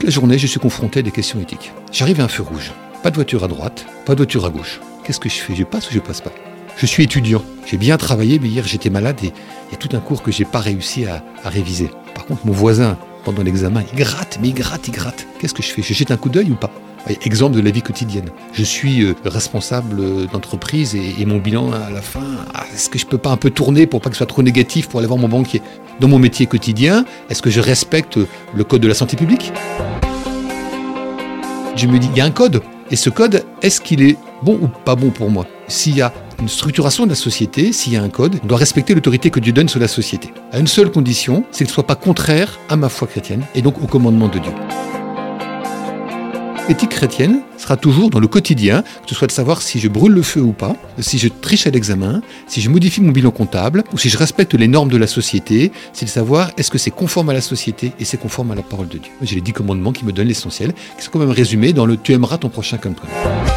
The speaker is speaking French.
Toute la journée, je suis confronté à des questions éthiques. J'arrive à un feu rouge. Pas de voiture à droite, pas de voiture à gauche. Qu'est-ce que je fais? Je passe ou je passe pas? Je suis étudiant. J'ai bien travaillé, mais hier j'étais malade et il y a tout un cours que j'ai pas réussi à réviser. Par contre, mon voisin, pendant l'examen, il gratte. Qu'est-ce que je fais? Je jette un coup d'œil ou pas? Exemple de la vie quotidienne. Je suis responsable d'entreprise et mon bilan à la fin, est-ce que je peux pas un peu tourner pour pas que ce soit trop négatif pour aller voir mon banquier? Dans mon métier quotidien, est-ce que je respecte le code de la santé publique? Je me dis, il y a un code. Et ce code, est-ce qu'il est bon ou pas bon pour moi? S'il y a une structuration de la société, s'il y a un code, on doit respecter l'autorité que Dieu donne sur la société. À une seule condition, c'est que ce ne soit pas contraire à ma foi chrétienne et donc au commandement de Dieu. L'éthique chrétienne sera toujours dans le quotidien, que ce soit de savoir si je brûle le feu ou pas, si je triche à l'examen, si je modifie mon bilan comptable, ou si je respecte les normes de la société, c'est de savoir est-ce que c'est conforme à la société et c'est conforme à la parole de Dieu. J'ai les 10 commandements qui me donnent l'essentiel, qui sont quand même résumés dans le « tu aimeras ton prochain comme toi-même ».